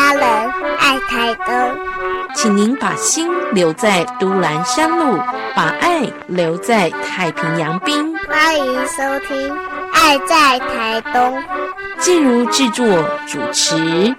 家人，爱台东。 请您把心留在都兰山路，把爱留在太平洋滨。 欢迎收听《爱在台东》， 静茹制作主持。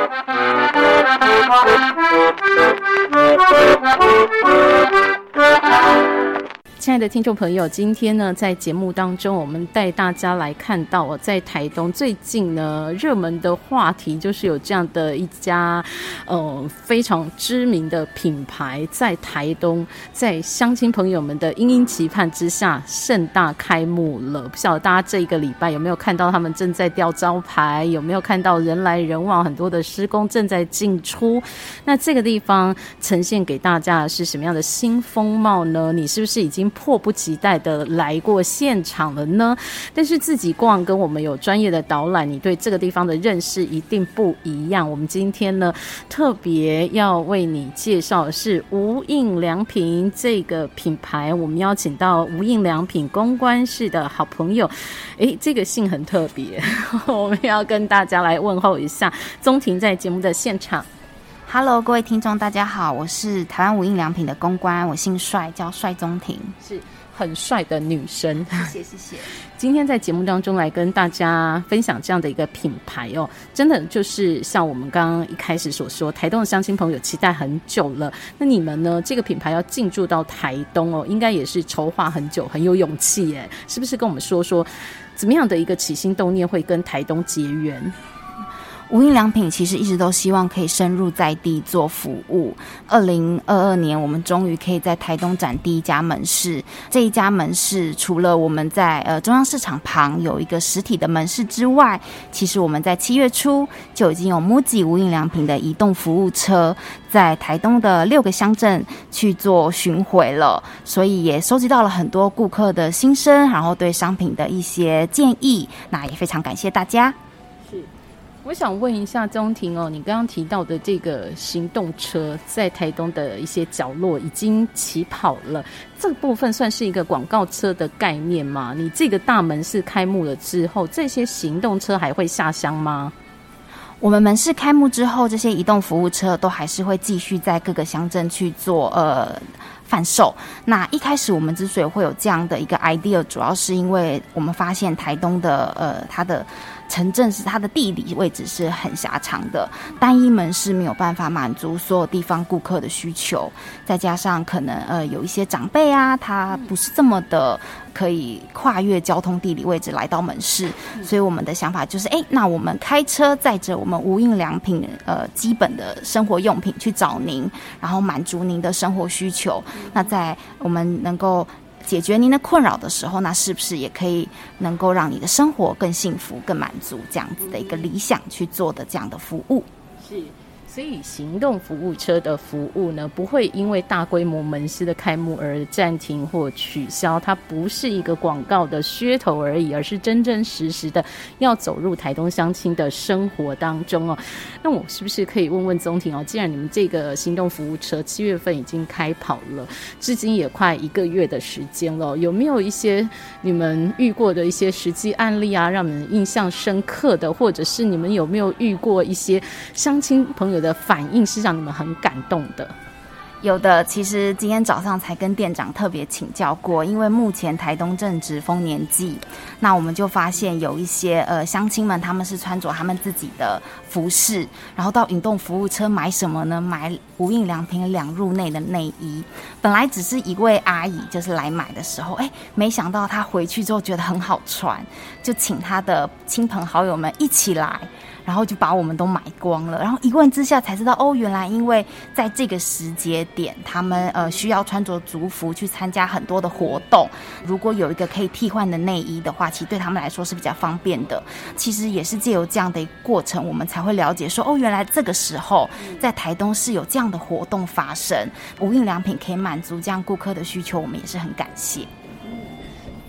亲爱的听众朋友，今天呢，在节目当中，我们带大家来看到在台东最近呢，热门的话题就是有这样的一家非常知名的品牌在台东，在乡亲朋友们的殷殷期盼之下，盛大开幕了。不晓得大家这一个礼拜有没有看到他们正在吊招牌，有没有看到人来人往，很多的施工正在进出。那这个地方呈现给大家的是什么样的新风貌呢？你是不是已经迫不及待的来过现场了呢？但是自己逛跟我们有专业的导览，你对这个地方的认识一定不一样。我们今天呢，特别要为你介绍的是无印良品这个品牌。我们邀请到无印良品公关室的好朋友，这个姓很特别，我们要跟大家来问候一下。宗廷在节目的现场。 Hello， 各位听众，大家好，我是台湾无印良品的公关，我姓帅，叫帅宗廷， 是很帅的女生。 谢谢。 今天在节目当中来跟大家分享这样的一个品牌哦，真的就是像我们刚刚一开始所说，台东的乡亲朋友期待很久了。那你们呢？这个品牌要进驻到台东哦，应该也是筹划很久，很有勇气耶，是不是？跟我们说说怎么样的一个起心动念会跟台东结缘？ 无印良品其实一直都希望可以深入在地做服务。2022年，我们终于可以在台东展第一家门市。这一家门市除了我们在中央市场旁有一个实体的门市之外，其实我们在7月初就已经有 MUJI 无印良品的移动服务车在台东的6个乡镇去做巡回了，所以也收集到了很多顾客的心声，然后对商品的一些建议。那也非常感谢大家。 我想问一下宗廷哦，你刚刚提到的这个行动车在台东的一些角落已经起跑了，这个部分算是一个广告车的概念吗？你这个大门市开幕了之后，这些行动车还会下乡吗？ 我们门市开幕之后，这些移动服务车都还是会继续在各个乡镇去做贩售。那一开始我们之所以会有这样的一个 idea， 主要是因为我们发现台东的它的城镇是它的地理位置是很狭长的，单一门市没有办法满足所有地方顾客的需求，再加上可能有一些长辈啊，他不是这么的可以跨越交通地理位置来到门市，所以我们的想法就是那我们开车载着我们无印良品基本的生活用品去找您，然后满足您的生活需求。那在我们能够解决您的困扰的时候，那是不是也可以能够让你的生活更幸福更满足，这样子的一个理想去做的这样的服务。 是，所以行动服务车的服务呢，不会因为大规模门市的开幕而暂停或取消，它不是一个广告的噱头而已，而是真真实实的要走入台东乡亲的生活当中哦。那我是不是可以问问宗廷哦，既然你们这个行动服务车7月份已经开跑了，至今也快1个月的时间了，有没有一些你们遇过的一些实际案例啊，让你们印象深刻的，或者是你们有没有遇过一些乡亲朋友的反应是让你们很感动的？ 有的，其实今天早上才跟店长特别请教过，因为目前台东正值丰年祭，那我们就发现有一些乡亲们，他们是穿着他们自己的服饰，然后到移动服务车买什么呢？买无印良品2入内的内衣。本来只是一位阿姨就是来买的时候，没想到她回去之后觉得很好穿，就请她的亲朋好友们一起来，然后就把我们都买光了。然后一问之下才知道，原来因为在这个时节点，他们需要穿着族服去参加很多的活动，如果有一个可以替换的内衣的话，其实对他们来说是比较方便的。其实也是借由这样的一个过程，我们才会了解说，原来这个时候在台东是有这样的活动发生，无印良品可以满足这样顾客的需求，我们也是很感谢。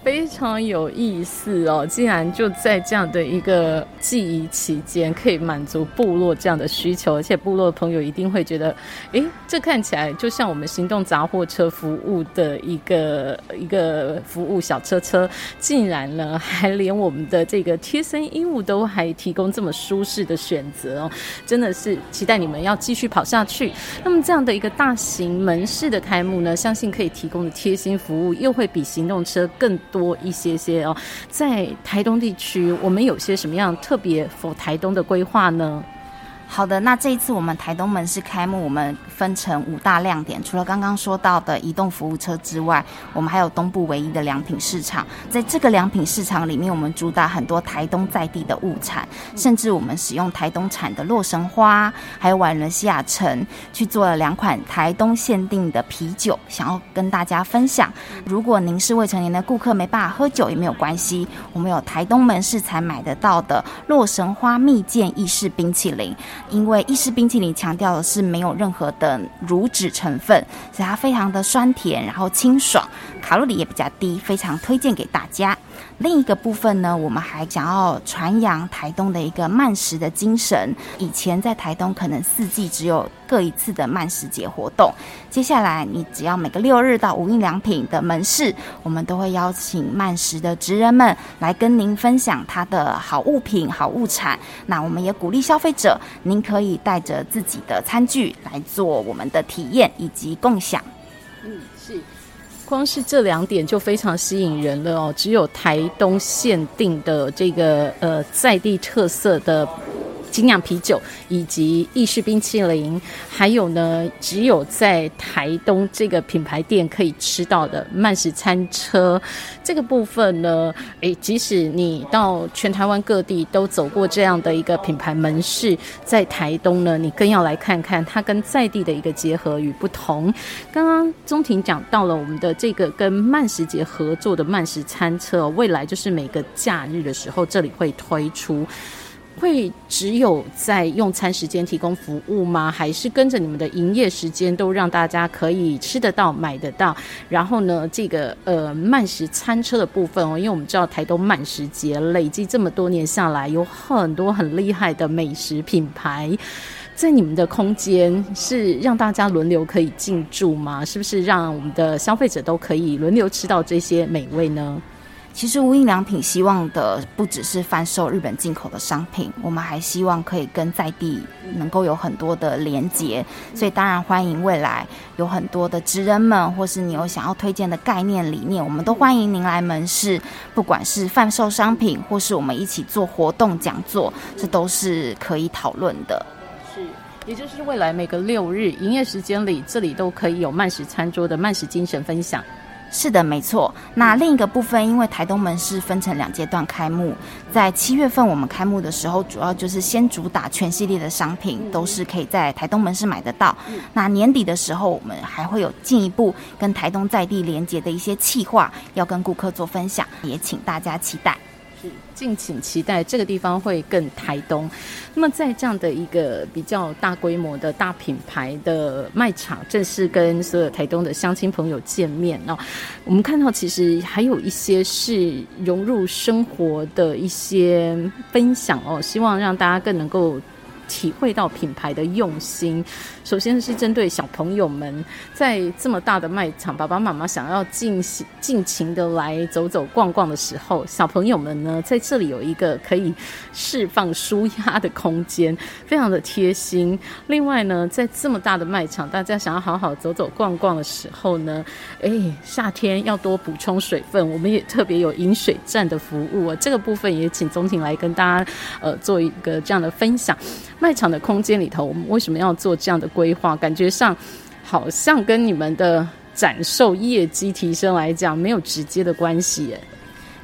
非常有意思哦！竟然就在这样的一个记忆期间，可以满足部落这样的需求，而且部落的朋友一定会觉得，诶，这看起来就像我们行动杂货车服务的一个服务小车，竟然呢还连我们的这个贴身衣物都还提供这么舒适的选择哦，真的是期待你们要继续跑下去。那么这样的一个大型门市的开幕呢，相信可以提供的贴心服务又会比行动车更多一些哦。在台东地区，我们有些什么样特别for台东的规划呢？ 好的，那这一次我们台东门市开幕，我们分成5大亮点。除了刚刚说到的移动服务车之外，我们还有东部唯一的良品市场。在这个良品市场里面，我们主打很多台东在地的物产，甚至我们使用台东产的洛神花，还有瓦伦西亚橙，去做了2款台东限定的啤酒，想要跟大家分享。如果您是未成年的顾客，没办法喝酒也没有关系，我们有台东门市才买得到的洛神花蜜饯意式冰淇淋。因为意式冰淇淋强调的是没有任何的乳脂成分，所以它非常的酸甜，然后清爽，卡路里也比较低，非常推荐给大家。另一个部分呢，我们还想要传扬台东的一个慢食的精神。以前在台东可能4季只有各一次的慢食节活动，接下来你只要每个6日到无印良品的门市，我们都会邀请慢食的职人们来跟您分享他的好物品、好物产。那我们也鼓励消费者，您可以带着自己的餐具来做我们的体验以及共享。 是。光是这2点就非常吸引人了哦！只有台东限定的这个在地特色的精酿啤酒以及意式冰淇淋，还有呢，只有在台东这个品牌店可以吃到的慢食餐车。这个部分呢，即使你到全台湾各地都走过这样的一个品牌门市，在台东呢，你更要来看看它跟在地的一个结合与不同。刚刚宗婷讲到了我们的这个跟慢食节合作的慢食餐车，未来就是每个假日的时候这里会推出。会只有在用餐时间提供服务吗？还是跟着你们的营业时间都让大家可以吃得到买得到？然后呢，这个慢食餐车的部分哦，因为我们知道台东慢食节累积这么多年下来，有很多很厉害的美食品牌。在你们的空间是让大家轮流可以进驻吗？是不是让我们的消费者都可以轮流吃到这些美味呢？ 其实无印良品希望的不只是贩售日本进口的商品，我们还希望可以跟在地能够有很多的连结，所以当然欢迎未来有很多的职人们，或是你有想要推荐的概念理念，我们都欢迎您来门市，不管是贩售商品，或是我们一起做活动讲座，这都是可以讨论的。 是，也就是未来每个6日营业时间里，这里都可以有慢食餐桌的慢食精神分享。 是的，没错。那另一个部分，因为台东门市分成2阶段开幕，在7月份我们开幕的时候，主要就是先主打全系列的商品，都是可以在台东门市买得到。那年底的时候，我们还会有进一步跟台东在地连结的一些企划，要跟顾客做分享，也请大家期待。 敬请期待，这个地方会更台东。那么在这样的一个比较大规模的大品牌的卖场，正式跟所有台东的乡亲朋友见面哦。我们看到其实还有一些是融入生活的一些分享哦，希望让大家更能够体会到品牌的用心。首先是针对小朋友们，在这么大的卖场，爸爸妈妈想要尽情的来走走逛逛的时候，小朋友们呢在这里有一个可以释放舒压的空间，非常的贴心。另外呢，在这么大的卖场，大家想要好好走走逛逛的时候呢，夏天要多补充水分，我们也特别有饮水站的服务这个部分也请宗婷来跟大家做一个这样的分享。卖场的空间里头，我们为什么要做这样的规划？感觉上好像跟你们的展售业绩提升来讲没有直接的关系耶。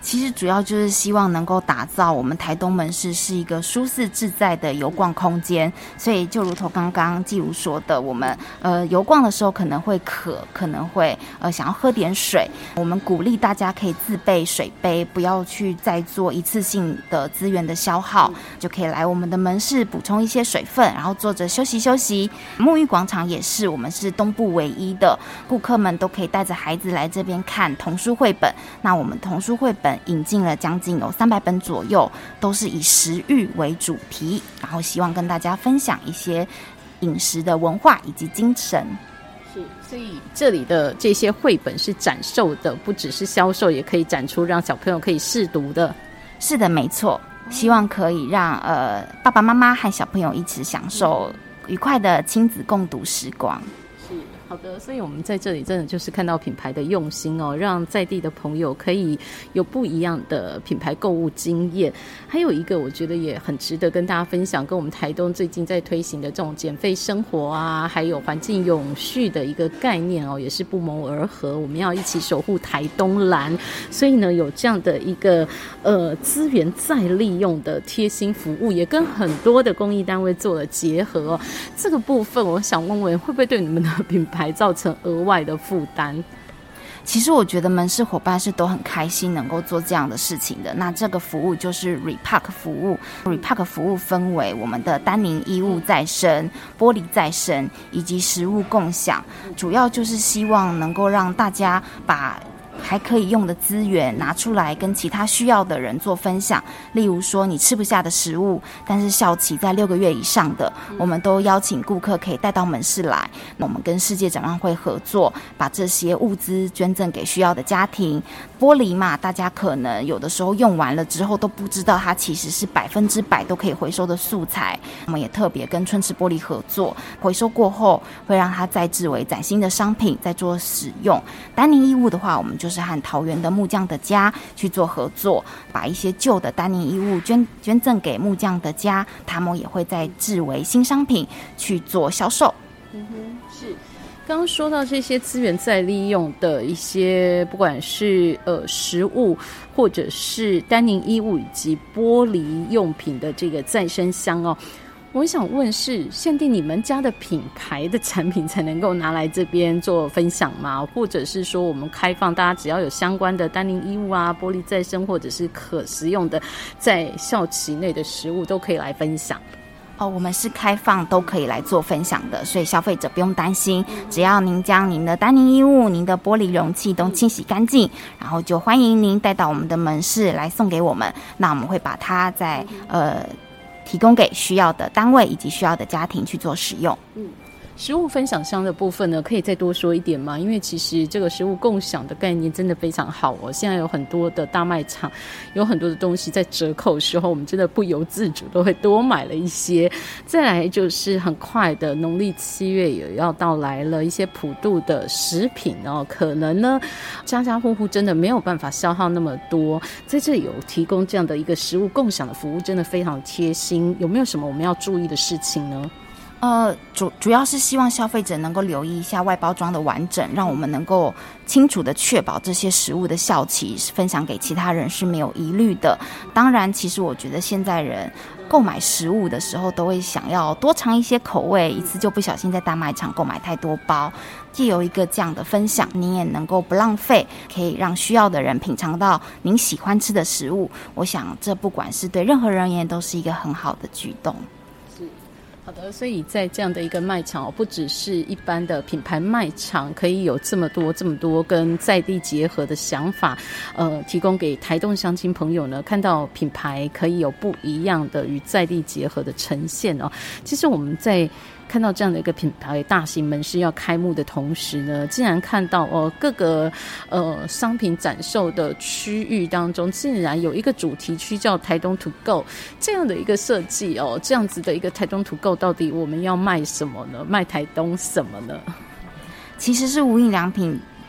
其实主要就是希望能够打造我们台东门市是一个舒适自在的游逛空间，所以就如同刚刚纪如说的，我们游逛的时候可能会渴，可能会想要喝点水，我们鼓励大家可以自备水杯，不要去再做一次性的资源的消耗，就可以来我们的门市补充一些水分，然后坐着休息休息。沐浴广场也是，我们是东部唯一的，顾客们都可以带着孩子来这边看童书绘本。那我们童书绘本引进了将近有300本左右，都是以食欲为主题，然后希望跟大家分享一些饮食的文化以及精神。 是，所以这里的这些绘本是展售的，不只是销售，也可以展出让小朋友可以试读的。 是的，没错，希望可以让爸爸妈妈和小朋友一起享受愉快的亲子共读时光。 好的，所以我们在这里真的就是看到品牌的用心哦，让在地的朋友可以有不一样的品牌购物经验。还有一个我觉得也很值得跟大家分享，跟我们台东最近在推行的这种减废生活啊，还有环境永续的一个概念哦，也是不谋而合。我们要一起守护台东蓝，所以呢有这样的一个资源再利用的贴心服务，也跟很多的公益单位做了结合哦。这个部分我想问问，会不会对你们的品牌造成额外的负担？ 其实我觉得门市伙伴是都很开心能够做这样的事情的。那这个服务就是 Repack 服务， Repack 服务分为我们的单宁衣物再生、玻璃再生以及食物共享，主要就是希望能够让大家把还可以用的资源拿出来跟其他需要的人做分享。例如说你吃不下的食物，但是效期在6个月以上的，我们都邀请顾客可以带到门市来，我们跟世界展望会合作，把这些物资捐赠给需要的家庭。玻璃嘛，大家可能有的时候用完了之后都不知道它其实是100%都可以回收的素材，我们也特别跟春池玻璃合作，回收过后会让它再制为崭新的商品再做使用。丹宁衣物的话，我们就是和桃园的木匠的家去做合作，把一些旧的丹宁衣物捐赠给木匠的家，他们也会再制为新商品去做销售。 是。刚刚说到这些资源再利用的一些，不管是食物或者是丹宁衣物以及玻璃用品的这个再生箱哦，我想问是限定你们家的品牌的产品才能够拿来这边做分享吗？或者是说我们开放大家只要有相关的丹宁衣物啊、玻璃再生或者是可食用的在效期内的食物都可以来分享？ 我们是开放都可以来做分享的，所以消费者不用担心，只要您将您的丹宁衣物、您的玻璃容器都清洗干净，然后就欢迎您带到我们的门市来送给我们，那我们会把它在提供给需要的单位以及需要的家庭去做使用。 食物分享箱的部分呢，可以再多说一点吗？因为其实这个食物共享的概念真的非常好哦。现在有很多的大卖场，有很多的东西在折扣的时候，我们真的不由自主都会多买了一些。再来就是很快的农历7月也要到来了，一些普渡的食品哦，可能呢家家户户真的没有办法消耗那么多，在这里有提供这样的一个食物共享的服务，真的非常贴心。有没有什么我们要注意的事情呢？ 主要是希望消费者能够留意一下外包装的完整，让我们能够清楚的确保这些食物的效期分享给其他人是没有疑虑的。当然其实我觉得现在人购买食物的时候都会想要多尝一些口味，一次就不小心在大卖场购买太多包，既有一个这样的分享，你也能够不浪费，可以让需要的人品尝到您喜欢吃的食物，我想这不管是对任何人而言都是一个很好的举动。 好的，所以在这样的一个卖场不只是一般的品牌卖场可以有这么多跟在地结合的想法，提供给台东乡亲朋友呢，看到品牌可以有不一样的与在地结合的呈现哦。其实我们在看到这样的一个品牌大型门市要开幕的同时呢，竟然看到各个商品展售的区域当中，竟然有一个主题区叫台东 To Go 这样的一个设计哦，这样子的一个台东 To Go 到底我们要卖什么呢？卖台东什么呢？ 其实是无印良品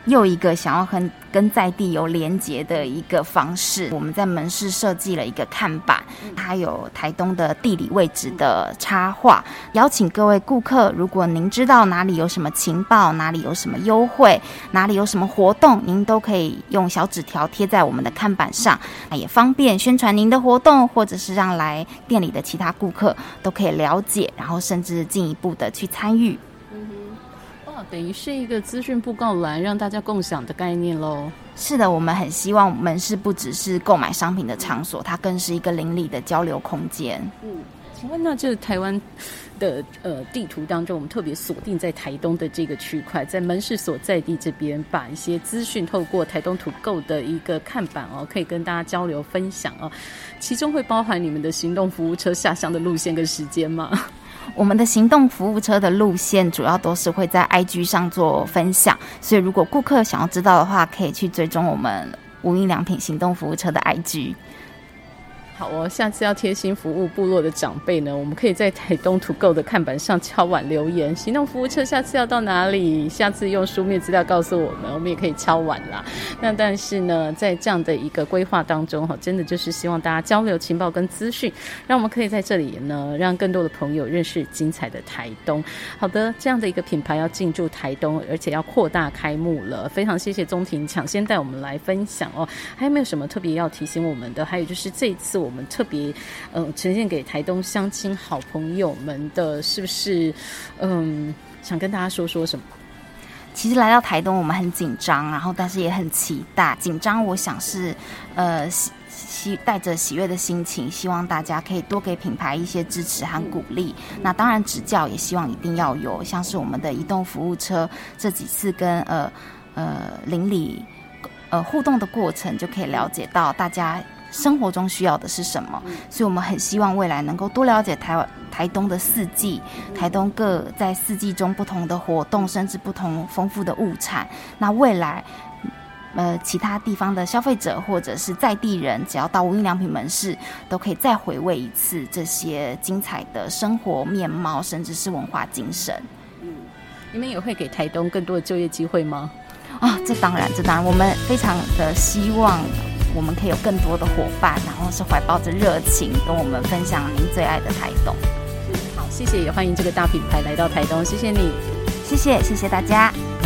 又一个想要跟在地有连结的一个方式。我们在门市设计了一个看板，它有台东的地理位置的插画，邀请各位顾客，如果您知道哪里有什么情报，哪里有什么优惠，哪里有什么活动，您都可以用小纸条贴在我们的看板上，也方便宣传您的活动，或者是让来店里的其他顾客都可以了解，然后甚至进一步的去参与。 等于是一个资讯布告栏，让大家共享的概念咯。 是的，我们很希望门市不只是购买商品的场所，它更是一个邻里的交流空间。 请问那这台湾的地图当中，我们特别锁定在台东的这个区块，在门市所在地这边，把一些资讯透过台东土购的一个看板可以跟大家交流分享其中会包含你们的行动服务车下乡的路线跟时间吗？ 我们的行动服务车的路线主要都是会在 IG 上做分享，所以如果顾客想要知道的话，可以去追踪我们无印良品行动服务车的 IG。 好下次要贴心服务部落的长辈呢，我们可以在台东土购的看板上敲碗留言，行动服务车下次要到哪里，下次用书面资料告诉我们，我们也可以敲碗啦。那但是呢，在这样的一个规划当中真的就是希望大家交流情报跟资讯，让我们可以在这里呢，让更多的朋友认识精彩的台东。好的，这样的一个品牌要进驻台东，而且要扩大开幕了，非常谢谢宗婷抢先带我们来分享还有没有什么特别要提醒我们的？还有就是这一次我们特别呈现给台东乡亲好朋友们的，是不是想跟大家说说什么？ 其实来到台东我们很紧张，然后但是也很期待。紧张我想是带着喜悦的心情，希望大家可以多给品牌一些支持和鼓励。那当然指教也希望一定要有，像是我们的移动服务车这几次跟邻里互动的过程，就可以了解到大家生活中需要的是什么，所以我们很希望未来能够多了解台东的四季，台东各在四季中不同的活动，甚至不同丰富的物产。那未来其他地方的消费者或者是在地人，只要到无印良品门市，都可以再回味一次这些精彩的生活面貌，甚至是文化精神。 你们也会给台东更多的就业机会吗？ 这当然，我们非常的希望我们可以有更多的伙伴，然后是怀抱着热情跟我们分享您最爱的台东。 好，谢谢，也欢迎这个大品牌来到台东，谢谢你， 谢谢大家。